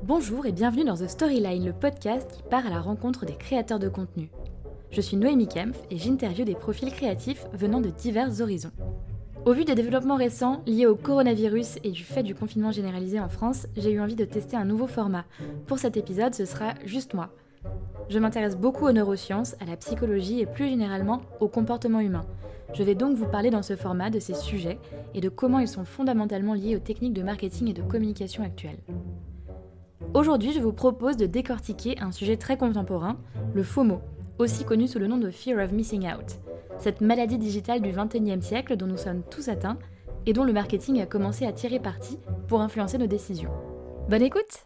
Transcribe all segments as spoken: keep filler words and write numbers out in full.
Bonjour et bienvenue dans The Storyline, le podcast qui part à la rencontre des créateurs de contenu. Je suis Noémie Kempf et j'interviewe des profils créatifs venant de divers horizons. Au vu des développements récents liés au coronavirus et du fait du confinement généralisé en France, j'ai eu envie de tester un nouveau format. Pour cet épisode, ce sera juste moi. Je m'intéresse beaucoup aux neurosciences, à la psychologie et plus généralement au comportement humain. Je vais donc vous parler dans ce format de ces sujets et de comment ils sont fondamentalement liés aux techniques de marketing et de communication actuelles. Aujourd'hui, je vous propose de décortiquer un sujet très contemporain, le FOMO, aussi connu sous le nom de Fear of Missing Out, cette maladie digitale du vingt et unième siècle dont nous sommes tous atteints et dont le marketing a commencé à tirer parti pour influencer nos décisions. Bonne écoute!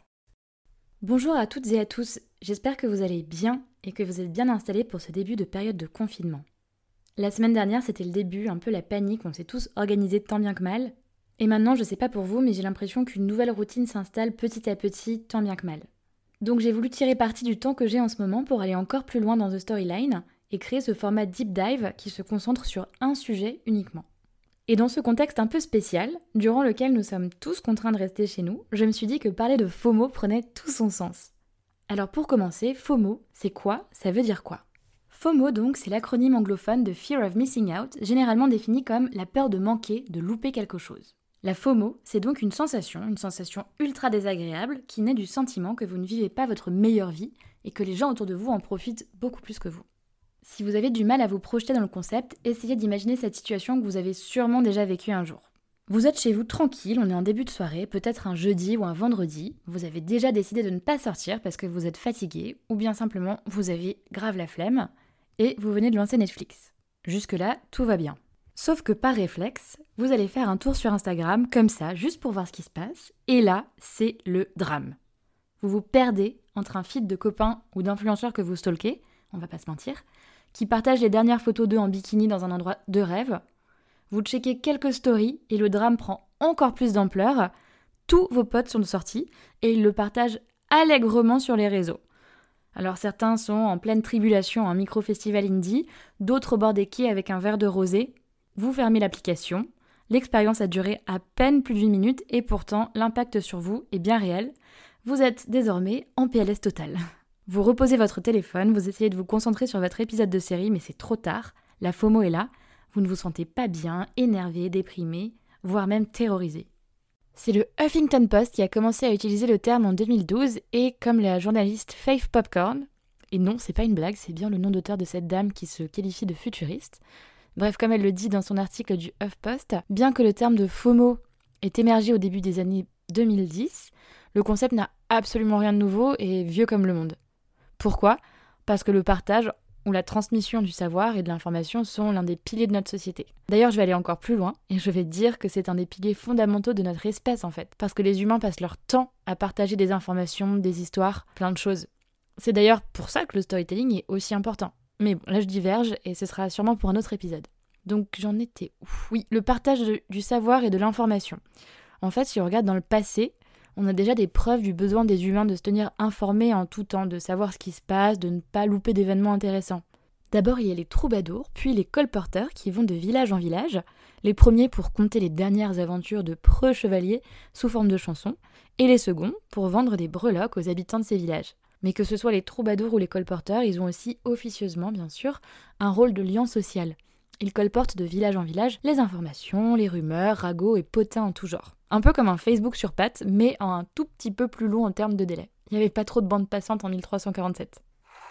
Bonjour à toutes et à tous, j'espère que vous allez bien et que vous êtes bien installés pour ce début de période de confinement. La semaine dernière, c'était le début, un peu la panique, on s'est tous organisés tant bien que mal. Et maintenant, je sais pas pour vous, mais j'ai l'impression qu'une nouvelle routine s'installe petit à petit, tant bien que mal. Donc j'ai voulu tirer parti du temps que j'ai en ce moment pour aller encore plus loin dans The Storyline et créer ce format deep dive qui se concentre sur un sujet uniquement. Et dans ce contexte un peu spécial, durant lequel nous sommes tous contraints de rester chez nous, je me suis dit que parler de FOMO prenait tout son sens. Alors pour commencer, FOMO, c'est quoi? Ça veut dire quoi? FOMO donc, c'est l'acronyme anglophone de Fear of Missing Out, généralement défini comme la peur de manquer, de louper quelque chose. La FOMO, c'est donc une sensation, une sensation ultra désagréable qui naît du sentiment que vous ne vivez pas votre meilleure vie et que les gens autour de vous en profitent beaucoup plus que vous. Si vous avez du mal à vous projeter dans le concept, essayez d'imaginer cette situation que vous avez sûrement déjà vécue un jour. Vous êtes chez vous tranquille, on est en début de soirée, peut-être un jeudi ou un vendredi, vous avez déjà décidé de ne pas sortir parce que vous êtes fatigué ou bien simplement vous avez grave la flemme et vous venez de lancer Netflix. Jusque-là, tout va bien. Sauf que par réflexe, vous allez faire un tour sur Instagram, comme ça, juste pour voir ce qui se passe, et là, c'est le drame. Vous vous perdez entre un feed de copains ou d'influenceurs que vous stalkez, on va pas se mentir, qui partagent les dernières photos d'eux en bikini dans un endroit de rêve, vous checkez quelques stories et le drame prend encore plus d'ampleur, tous vos potes sont sortis et ils le partagent allègrement sur les réseaux. Alors certains sont en pleine tribulation à un micro-festival indie, d'autres au bord des quais avec un verre de rosé. Vous fermez l'application, l'expérience a duré à peine plus d'une minute et pourtant l'impact sur vous est bien réel. Vous êtes désormais en P L S total. Vous reposez votre téléphone, vous essayez de vous concentrer sur votre épisode de série mais c'est trop tard, la FOMO est là, vous ne vous sentez pas bien, énervé, déprimé, voire même terrorisé. C'est le Huffington Post qui a commencé à utiliser le terme en deux mille douze et comme la journaliste Faith Popcorn, et non c'est pas une blague, c'est bien le nom d'auteur de cette dame qui se qualifie de futuriste. Bref, comme elle le dit dans son article du HuffPost, bien que le terme de FOMO ait émergé au début des années deux mille dix, le concept n'a absolument rien de nouveau et vieux comme le monde. Pourquoi ? Parce que le partage ou la transmission du savoir et de l'information sont l'un des piliers de notre société. D'ailleurs, je vais aller encore plus loin et je vais dire que c'est un des piliers fondamentaux de notre espèce en fait, parce que les humains passent leur temps à partager des informations, des histoires, plein de choses. C'est d'ailleurs pour ça que le storytelling est aussi important. Mais bon, là je diverge et ce sera sûrement pour un autre épisode. Donc j'en étais où ? Oui, le partage de, du savoir et de l'information. En fait, si on regarde dans le passé, on a déjà des preuves du besoin des humains de se tenir informés en tout temps, de savoir ce qui se passe, de ne pas louper d'événements intéressants. D'abord, il y a les troubadours, puis les colporteurs qui vont de village en village, les premiers pour conter les dernières aventures de preux chevaliers sous forme de chansons, et les seconds pour vendre des breloques aux habitants de ces villages. Mais que ce soit les troubadours ou les colporteurs, ils ont aussi officieusement, bien sûr, un rôle de lien social. Ils colportent de village en village les informations, les rumeurs, ragots et potins en tout genre. Un peu comme un Facebook sur pattes, mais en un tout petit peu plus long en termes de délai. Il n'y avait pas trop de bandes passantes en mille trois cent quarante-sept.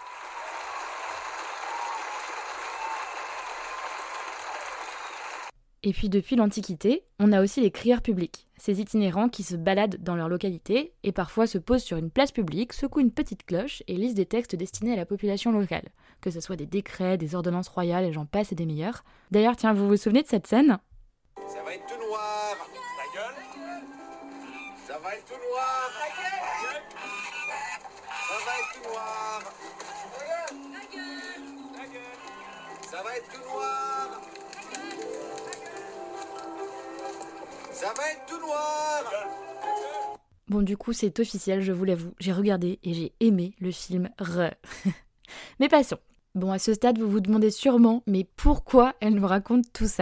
Et puis depuis l'Antiquité, on a aussi les crieurs publics, ces itinérants qui se baladent dans leur localité et parfois se posent sur une place publique, secouent une petite cloche et lisent des textes destinés à la population locale, que ce soit des décrets, des ordonnances royales et j'en passe et des meilleurs. D'ailleurs, tiens, vous vous souvenez de cette scène ? Ça va être tout noir. Ta gueule. Ça va être tout noir. Ta gueule. Ça va être tout noir. Ta gueule. Ta gueule. Ça va être tout noir. Ça va être tout noir. Bon, du coup, c'est officiel, je vous l'avoue, j'ai regardé et j'ai aimé le film Re. Mais passons. Bon, à ce stade, vous vous demandez sûrement, mais pourquoi elle nous raconte tout ça ?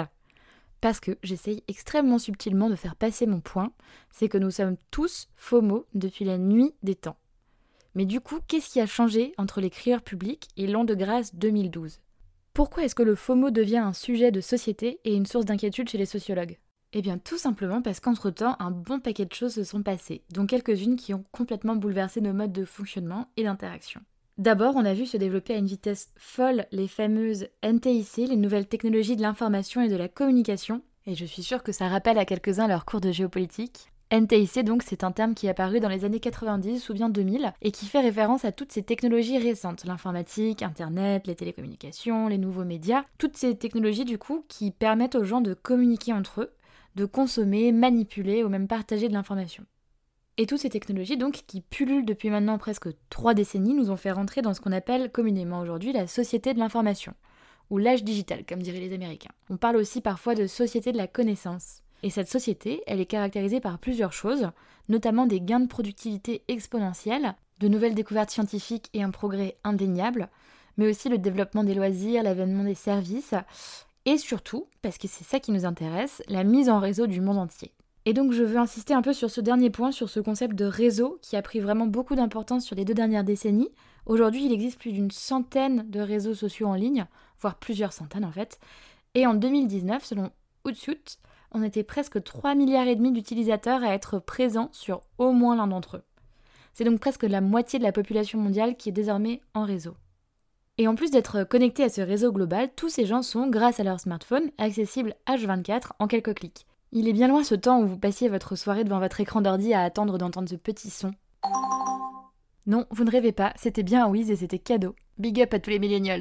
Parce que j'essaye extrêmement subtilement de faire passer mon point, c'est que nous sommes tous FOMO depuis la nuit des temps. Mais du coup, qu'est-ce qui a changé entre les crieurs publics et l'an de grâce deux mille douze ? Pourquoi est-ce que le FOMO devient un sujet de société et une source d'inquiétude chez les sociologues ? Eh bien tout simplement parce qu'entre-temps, un bon paquet de choses se sont passées, dont quelques-unes qui ont complètement bouleversé nos modes de fonctionnement et d'interaction. D'abord, on a vu se développer à une vitesse folle les fameuses N T I C, les nouvelles technologies de l'information et de la communication, et je suis sûre que ça rappelle à quelques-uns leur cours de géopolitique. N T I C, donc, c'est un terme qui est apparu dans les années quatre-vingt-dix ou bien deux mille, et qui fait référence à toutes ces technologies récentes, l'informatique, Internet, les télécommunications, les nouveaux médias, toutes ces technologies, du coup, qui permettent aux gens de communiquer entre eux, de consommer, manipuler ou même partager de l'information. Et toutes ces technologies donc qui pullulent depuis maintenant presque trois décennies nous ont fait rentrer dans ce qu'on appelle communément aujourd'hui la société de l'information, ou l'âge digital comme diraient les Américains. On parle aussi parfois de société de la connaissance. Et cette société, elle est caractérisée par plusieurs choses, notamment des gains de productivité exponentiels, de nouvelles découvertes scientifiques et un progrès indéniable, mais aussi le développement des loisirs, l'avènement des services, et surtout, parce que c'est ça qui nous intéresse, la mise en réseau du monde entier. Et donc je veux insister un peu sur ce dernier point, sur ce concept de réseau qui a pris vraiment beaucoup d'importance sur les deux dernières décennies. Aujourd'hui, il existe plus d'une centaine de réseaux sociaux en ligne, voire plusieurs centaines en fait. Et en deux mille dix-neuf, selon Hootsuite, on était presque trois milliards et demi d'utilisateurs à être présents sur au moins l'un d'entre eux. C'est donc presque la moitié de la population mondiale qui est désormais en réseau. Et en plus d'être connectés à ce réseau global, tous ces gens sont, grâce à leur smartphone, accessibles H vingt-quatre en quelques clics. Il est bien loin ce temps où vous passiez votre soirée devant votre écran d'ordi à attendre d'entendre ce petit son. Non, vous ne rêvez pas, c'était bien un whiz et c'était cadeau. Big up à tous les millennials.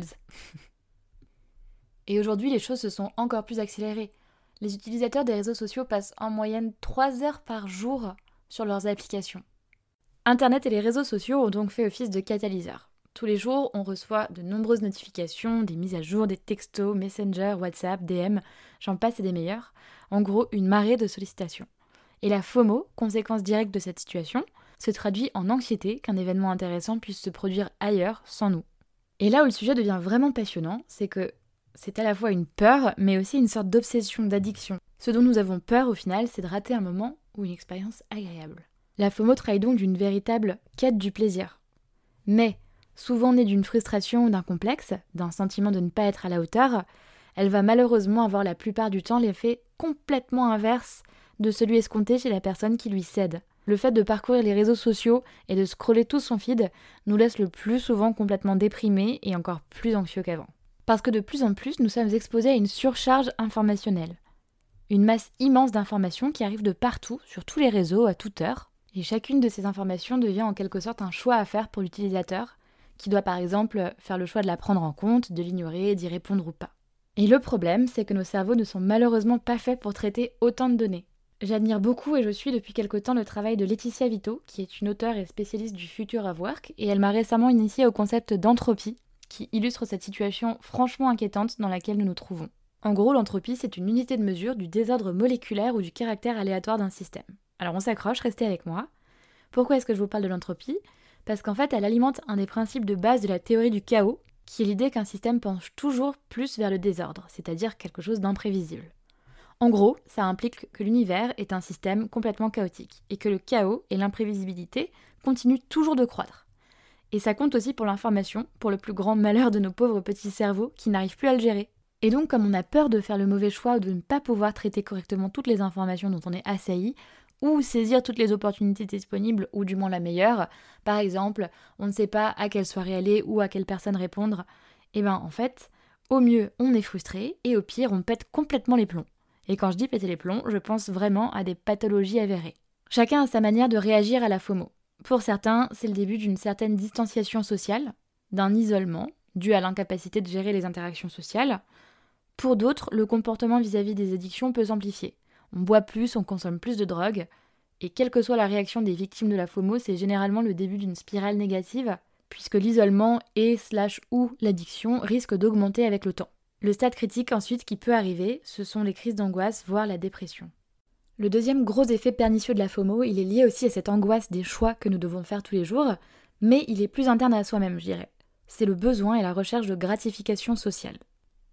Et aujourd'hui, les choses se sont encore plus accélérées. Les utilisateurs des réseaux sociaux passent en moyenne trois heures par jour sur leurs applications. Internet et les réseaux sociaux ont donc fait office de catalyseur. Tous les jours, on reçoit de nombreuses notifications, des mises à jour, des textos, Messenger, WhatsApp, D M, j'en passe et des meilleurs. En gros, une marée de sollicitations. Et la FOMO, conséquence directe de cette situation, se traduit en anxiété qu'un événement intéressant puisse se produire ailleurs, sans nous. Et là où le sujet devient vraiment passionnant, c'est que c'est à la fois une peur, mais aussi une sorte d'obsession, d'addiction. Ce dont nous avons peur, au final, c'est de rater un moment ou une expérience agréable. La FOMO trahit donc d'une véritable quête du plaisir. Mais, souvent née d'une frustration ou d'un complexe, d'un sentiment de ne pas être à la hauteur, elle va malheureusement avoir la plupart du temps l'effet complètement inverse de celui escompté chez la personne qui lui cède. Le fait de parcourir les réseaux sociaux et de scroller tout son feed nous laisse le plus souvent complètement déprimés et encore plus anxieux qu'avant. Parce que de plus en plus, nous sommes exposés à une surcharge informationnelle. Une masse immense d'informations qui arrivent de partout, sur tous les réseaux, à toute heure. Et chacune de ces informations devient en quelque sorte un choix à faire pour l'utilisateur, qui doit par exemple faire le choix de la prendre en compte, de l'ignorer, d'y répondre ou pas. Et le problème, c'est que nos cerveaux ne sont malheureusement pas faits pour traiter autant de données. J'admire beaucoup et je suis depuis quelque temps le travail de Laetitia Vito, qui est une auteure et spécialiste du Future of Work, et elle m'a récemment initiée au concept d'entropie, qui illustre cette situation franchement inquiétante dans laquelle nous nous trouvons. En gros, l'entropie, c'est une unité de mesure du désordre moléculaire ou du caractère aléatoire d'un système. Alors on s'accroche, restez avec moi. Pourquoi est-ce que je vous parle de l'entropie ? Parce qu'en fait, elle alimente un des principes de base de la théorie du chaos, qui est l'idée qu'un système penche toujours plus vers le désordre, c'est-à-dire quelque chose d'imprévisible. En gros, ça implique que l'univers est un système complètement chaotique, et que le chaos et l'imprévisibilité continuent toujours de croître. Et ça compte aussi pour l'information, pour le plus grand malheur de nos pauvres petits cerveaux qui n'arrivent plus à le gérer. Et donc, comme on a peur de faire le mauvais choix ou de ne pas pouvoir traiter correctement toutes les informations dont on est assailli, ou saisir toutes les opportunités disponibles, ou du moins la meilleure, par exemple, on ne sait pas à quelle soirée aller ou à quelle personne répondre, et ben en fait, au mieux, on est frustré, et au pire, on pète complètement les plombs. Et quand je dis péter les plombs, je pense vraiment à des pathologies avérées. Chacun a sa manière de réagir à la FOMO. Pour certains, c'est le début d'une certaine distanciation sociale, d'un isolement, dû à l'incapacité de gérer les interactions sociales. Pour d'autres, le comportement vis-à-vis des addictions peut s'amplifier. On boit plus, on consomme plus de drogue, et quelle que soit la réaction des victimes de la FOMO, c'est généralement le début d'une spirale négative, puisque l'isolement et slash ou l'addiction risquent d'augmenter avec le temps. Le stade critique ensuite qui peut arriver, ce sont les crises d'angoisse, voire la dépression. Le deuxième gros effet pernicieux de la FOMO, il est lié aussi à cette angoisse des choix que nous devons faire tous les jours, mais il est plus interne à soi-même, je dirais. C'est le besoin et la recherche de gratification sociale.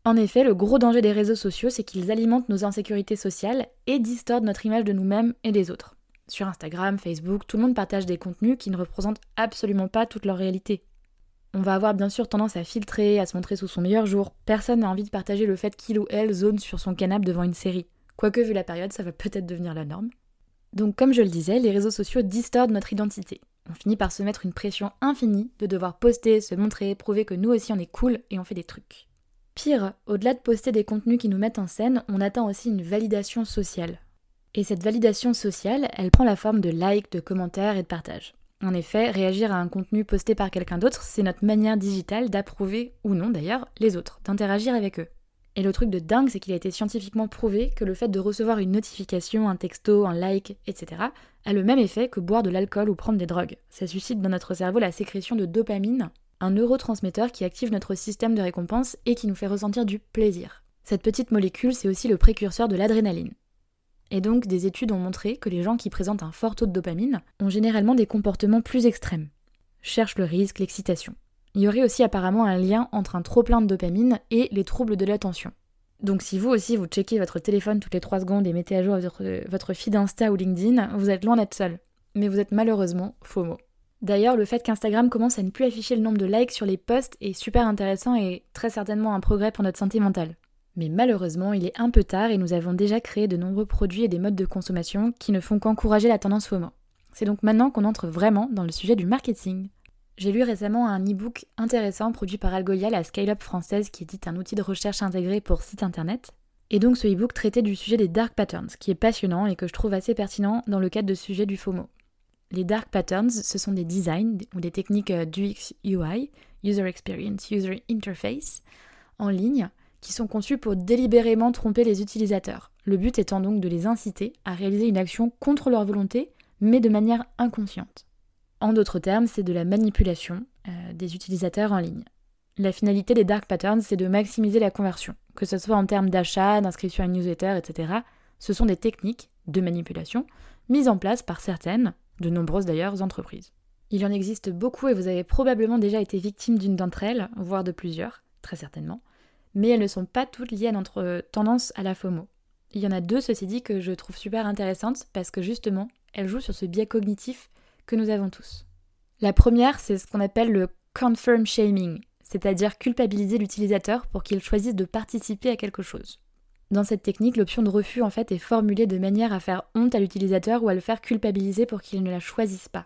En effet, le gros danger des réseaux sociaux, c'est qu'ils alimentent nos insécurités sociales et distordent notre image de nous-mêmes et des autres. Sur Instagram, Facebook, tout le monde partage des contenus qui ne représentent absolument pas toute leur réalité. On va avoir bien sûr tendance à filtrer, à se montrer sous son meilleur jour. Personne n'a envie de partager le fait qu'il ou elle zone sur son canapé devant une série. Quoique, vu la période, ça va peut-être devenir la norme. Donc comme je le disais, les réseaux sociaux distordent notre identité. On finit par se mettre une pression infinie de devoir poster, se montrer, prouver que nous aussi on est cool et on fait des trucs. Pire, au-delà de poster des contenus qui nous mettent en scène, on atteint aussi une validation sociale. Et cette validation sociale, elle prend la forme de likes, de commentaires et de partages. En effet, réagir à un contenu posté par quelqu'un d'autre, c'est notre manière digitale d'approuver, ou non d'ailleurs, les autres, d'interagir avec eux. Et le truc de dingue, c'est qu'il a été scientifiquement prouvé que le fait de recevoir une notification, un texto, un like, et cetera a le même effet que boire de l'alcool ou prendre des drogues. Ça suscite dans notre cerveau la sécrétion de dopamine, un neurotransmetteur qui active notre système de récompense et qui nous fait ressentir du plaisir. Cette petite molécule, c'est aussi le précurseur de l'adrénaline. Et donc, des études ont montré que les gens qui présentent un fort taux de dopamine ont généralement des comportements plus extrêmes. Cherchent le risque, l'excitation. Il y aurait aussi apparemment un lien entre un trop-plein de dopamine et les troubles de l'attention. Donc si vous aussi vous checkez votre téléphone toutes les trois secondes et mettez à jour votre, votre feed Insta ou LinkedIn, vous êtes loin d'être seul. Mais vous êtes malheureusement FOMO. D'ailleurs, le fait qu'Instagram commence à ne plus afficher le nombre de likes sur les posts est super intéressant et très certainement un progrès pour notre santé mentale. Mais malheureusement, il est un peu tard et nous avons déjà créé de nombreux produits et des modes de consommation qui ne font qu'encourager la tendance FOMO. C'est donc maintenant qu'on entre vraiment dans le sujet du marketing. J'ai lu récemment un e-book intéressant produit par Algolia, la scale-up française qui édite un outil de recherche intégré pour site internet. Et donc ce e-book traitait du sujet des dark patterns, qui est passionnant et que je trouve assez pertinent dans le cadre de ce sujet du FOMO. Les dark patterns, ce sont des designs ou des techniques d'U X U I, User Experience, User Interface, en ligne, qui sont conçus pour délibérément tromper les utilisateurs. Le but étant donc de les inciter à réaliser une action contre leur volonté, mais de manière inconsciente. En d'autres termes, c'est de la manipulation euh, des utilisateurs en ligne. La finalité des dark patterns, c'est de maximiser la conversion, que ce soit en termes d'achat, d'inscription à une newsletter, et cetera. Ce sont des techniques de manipulation mises en place par certaines, de nombreuses d'ailleurs, entreprises. Il en existe beaucoup et vous avez probablement déjà été victime d'une d'entre elles, voire de plusieurs, très certainement. Mais elles ne sont pas toutes liées à notre tendance à la FOMO. Il y en a deux, ceci dit, que je trouve super intéressantes parce que justement, elles jouent sur ce biais cognitif que nous avons tous. La première, c'est ce qu'on appelle le confirm shaming, c'est-à-dire culpabiliser l'utilisateur pour qu'il choisisse de participer à quelque chose. Dans cette technique, l'option de refus en fait est formulée de manière à faire honte à l'utilisateur ou à le faire culpabiliser pour qu'il ne la choisisse pas.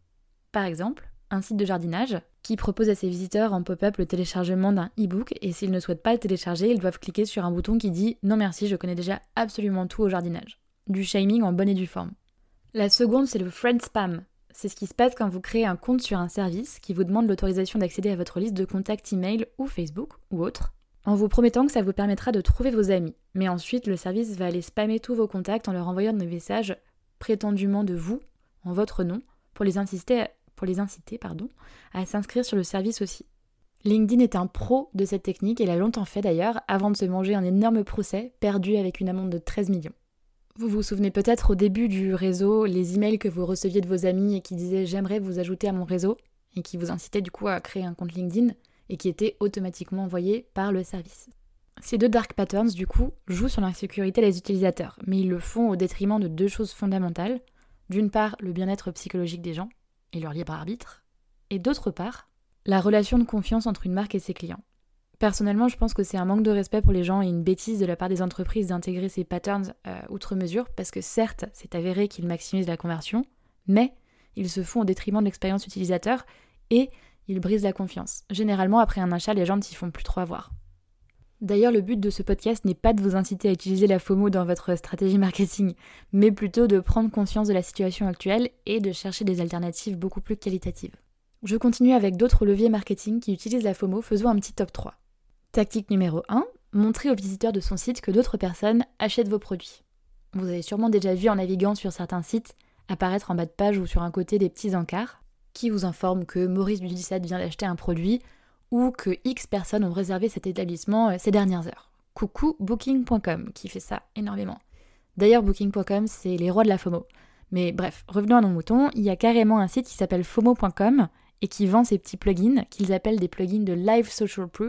Par exemple, un site de jardinage qui propose à ses visiteurs en pop-up le téléchargement d'un e-book et s'ils ne souhaitent pas le télécharger, ils doivent cliquer sur un bouton qui dit « Non merci, je connais déjà absolument tout au jardinage ». Du shaming en bonne et due forme. La seconde, c'est le friend spam. C'est ce qui se passe quand vous créez un compte sur un service qui vous demande l'autorisation d'accéder à votre liste de contacts email ou Facebook ou autre, en vous promettant que ça vous permettra de trouver vos amis. Mais ensuite, le service va aller spammer tous vos contacts en leur envoyant des messages prétendument de vous, en votre nom, pour les inciter à pour les inciter pardon, à s'inscrire sur le service aussi. LinkedIn est un pro de cette technique et l'a longtemps fait d'ailleurs, avant de se manger un énorme procès, perdu avec une amende de treize millions. Vous vous souvenez peut-être au début du réseau, les emails que vous receviez de vos amis et qui disaient « j'aimerais vous ajouter à mon réseau » et qui vous incitaient du coup à créer un compte LinkedIn et qui étaient automatiquement envoyés par le service. Ces deux dark patterns du coup jouent sur l'insécurité des utilisateurs, mais ils le font au détriment de deux choses fondamentales. D'une part, le bien-être psychologique des gens, et leur libre arbitre, et d'autre part, la relation de confiance entre une marque et ses clients. Personnellement, je pense que c'est un manque de respect pour les gens et une bêtise de la part des entreprises d'intégrer ces patterns euh, outre mesure, parce que certes, c'est avéré qu'ils maximisent la conversion, mais ils se font au détriment de l'expérience utilisateur et ils brisent la confiance. Généralement, après un achat, les gens ne s'y font plus trop avoir. D'ailleurs, le but de ce podcast n'est pas de vous inciter à utiliser la FOMO dans votre stratégie marketing, mais plutôt de prendre conscience de la situation actuelle et de chercher des alternatives beaucoup plus qualitatives. Je continue avec d'autres leviers marketing qui utilisent la FOMO, faisons un petit top trois. Tactique numéro un, montrer aux visiteurs de son site que d'autres personnes achètent vos produits. Vous avez sûrement déjà vu en naviguant sur certains sites apparaître en bas de page ou sur un côté des petits encarts qui vous informent que Maurice du dix-sept vient d'acheter un produit ou que X personnes ont réservé cet établissement ces dernières heures. Coucou Booking point com qui fait ça énormément. D'ailleurs Booking point com c'est les rois de la FOMO. Mais bref, revenons à nos moutons, il y a carrément un site qui s'appelle FOMO point com et qui vend ces petits plugins qu'ils appellent des plugins de Live Social Proof,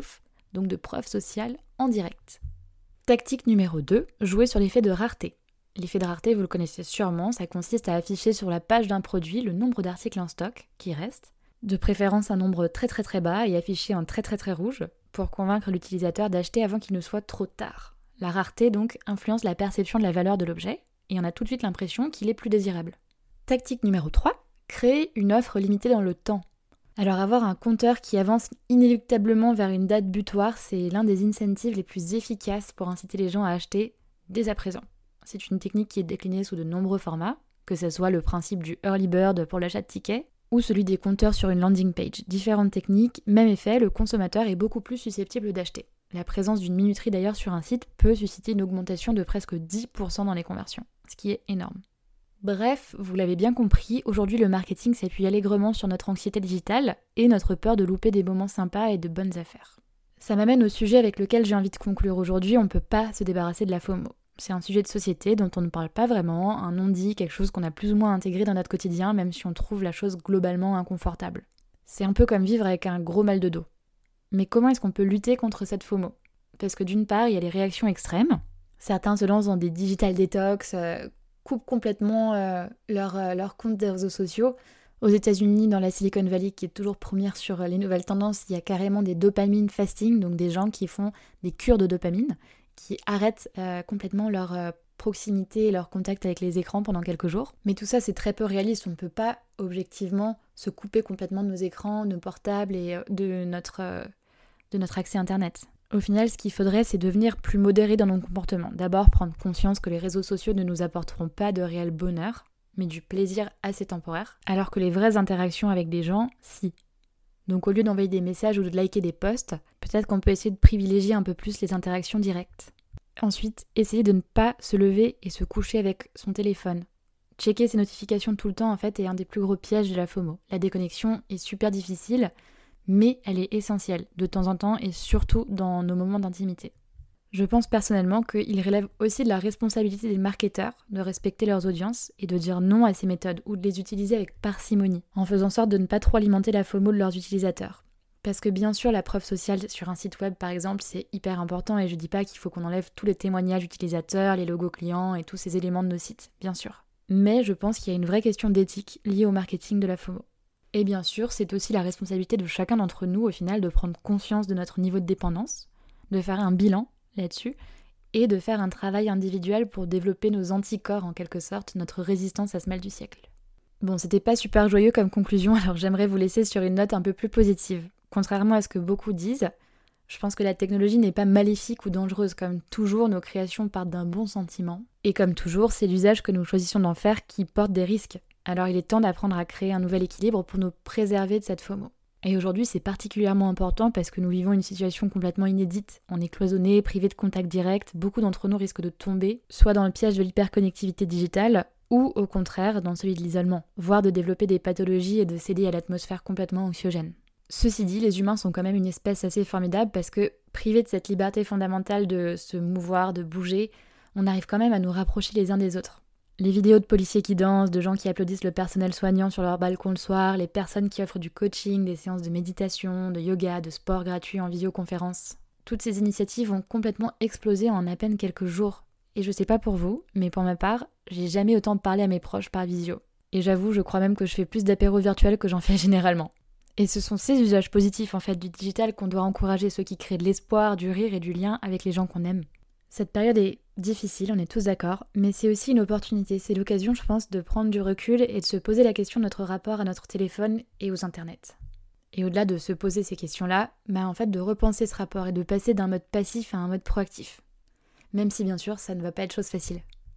donc de preuve sociale en direct. Tactique numéro deux, jouer sur l'effet de rareté. L'effet de rareté, vous le connaissez sûrement, ça consiste à afficher sur la page d'un produit le nombre d'articles en stock qui reste, de préférence un nombre très très très bas et affiché en très très très rouge, pour convaincre l'utilisateur d'acheter avant qu'il ne soit trop tard. La rareté donc influence la perception de la valeur de l'objet, et on a tout de suite l'impression qu'il est plus désirable. Tactique numéro trois, créer une offre limitée dans le temps. Alors avoir un compteur qui avance inéluctablement vers une date butoir, c'est l'un des incentives les plus efficaces pour inciter les gens à acheter dès à présent. C'est une technique qui est déclinée sous de nombreux formats, que ce soit le principe du early bird pour l'achat de tickets, ou celui des compteurs sur une landing page. Différentes techniques, même effet, le consommateur est beaucoup plus susceptible d'acheter. La présence d'une minuterie d'ailleurs sur un site peut susciter une augmentation de presque dix pour cent dans les conversions, ce qui est énorme. Bref, vous l'avez bien compris, aujourd'hui le marketing s'appuie allègrement sur notre anxiété digitale et notre peur de louper des moments sympas et de bonnes affaires. Ça m'amène au sujet avec lequel j'ai envie de conclure aujourd'hui, on ne peut pas se débarrasser de la FOMO. C'est un sujet de société dont on ne parle pas vraiment, un non-dit, quelque chose qu'on a plus ou moins intégré dans notre quotidien, même si on trouve la chose globalement inconfortable. C'est un peu comme vivre avec un gros mal de dos. Mais comment est-ce qu'on peut lutter contre cette FOMO ? Parce que d'une part, il y a les réactions extrêmes. Certains se lancent dans des digital detox, euh, coupent complètement euh, leur, euh, leur compte des réseaux sociaux. Aux États-Unis, dans la Silicon Valley, qui est toujours première sur les nouvelles tendances, il y a carrément des dopamine fasting, donc des gens qui font des cures de dopamine, qui arrêtent euh, complètement leur euh, proximité et leur contact avec les écrans pendant quelques jours. Mais tout ça, c'est très peu réaliste. On ne peut pas objectivement se couper complètement de nos écrans, de nos portables et euh, de, notre, euh, de notre accès Internet. Au final, ce qu'il faudrait, c'est devenir plus modéré dans nos comportements. D'abord, prendre conscience que les réseaux sociaux ne nous apporteront pas de réel bonheur, mais du plaisir assez temporaire, alors que les vraies interactions avec des gens, si. Donc au lieu d'envoyer des messages ou de liker des posts, peut-être qu'on peut essayer de privilégier un peu plus les interactions directes. Ensuite, essayer de ne pas se lever et se coucher avec son téléphone. Checker ses notifications tout le temps, en fait, est un des plus gros pièges de la FOMO. La déconnexion est super difficile, mais elle est essentielle, de temps en temps et surtout dans nos moments d'intimité. Je pense personnellement qu'il relève aussi de la responsabilité des marketeurs de respecter leurs audiences et de dire non à ces méthodes ou de les utiliser avec parcimonie, en faisant sorte de ne pas trop alimenter la FOMO de leurs utilisateurs. Parce que bien sûr, la preuve sociale sur un site web par exemple, c'est hyper important et je dis pas qu'il faut qu'on enlève tous les témoignages utilisateurs, les logos clients et tous ces éléments de nos sites, bien sûr. Mais je pense qu'il y a une vraie question d'éthique liée au marketing de la FOMO. Et bien sûr, c'est aussi la responsabilité de chacun d'entre nous au final de prendre conscience de notre niveau de dépendance, de faire un bilan là-dessus, et de faire un travail individuel pour développer nos anticorps en quelque sorte, notre résistance à ce mal du siècle. Bon, c'était pas super joyeux comme conclusion, alors j'aimerais vous laisser sur une note un peu plus positive. Contrairement à ce que beaucoup disent, je pense que la technologie n'est pas maléfique ou dangereuse, comme toujours nos créations partent d'un bon sentiment, et comme toujours, c'est l'usage que nous choisissons d'en faire qui porte des risques. Alors il est temps d'apprendre à créer un nouvel équilibre pour nous préserver de cette FOMO. Et aujourd'hui, c'est particulièrement important parce que nous vivons une situation complètement inédite. On est cloisonnés, privés de contact direct, beaucoup d'entre nous risquent de tomber, soit dans le piège de l'hyperconnectivité digitale, ou au contraire dans celui de l'isolement, voire de développer des pathologies et de céder à l'atmosphère complètement anxiogène. Ceci dit, les humains sont quand même une espèce assez formidable parce que, privés de cette liberté fondamentale de se mouvoir, de bouger, on arrive quand même à nous rapprocher les uns des autres. Les vidéos de policiers qui dansent, de gens qui applaudissent le personnel soignant sur leur balcon le soir, les personnes qui offrent du coaching, des séances de méditation, de yoga, de sport gratuit en visioconférence. Toutes ces initiatives ont complètement explosé en à peine quelques jours. Et je sais pas pour vous, mais pour ma part, j'ai jamais autant parlé à mes proches par visio. Et j'avoue, je crois même que je fais plus d'apéros virtuels que j'en fais généralement. Et ce sont ces usages positifs en fait du digital qu'on doit encourager, ceux qui créent de l'espoir, du rire et du lien avec les gens qu'on aime. Cette période est difficile, on est tous d'accord, mais c'est aussi une opportunité, c'est l'occasion je pense de prendre du recul et de se poser la question de notre rapport à notre téléphone et aux internets. Et au-delà de se poser ces questions-là, bah en fait de repenser ce rapport et de passer d'un mode passif à un mode proactif. Même si bien sûr ça ne va pas être chose facile.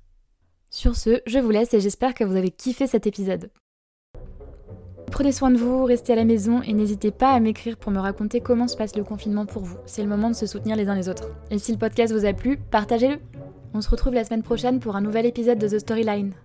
Sur ce, je vous laisse et j'espère que vous avez kiffé cet épisode. Prenez soin de vous, restez à la maison et n'hésitez pas à m'écrire pour me raconter comment se passe le confinement pour vous. C'est le moment de se soutenir les uns les autres. Et si le podcast vous a plu, partagez-le. On se retrouve la semaine prochaine pour un nouvel épisode de The Storyline.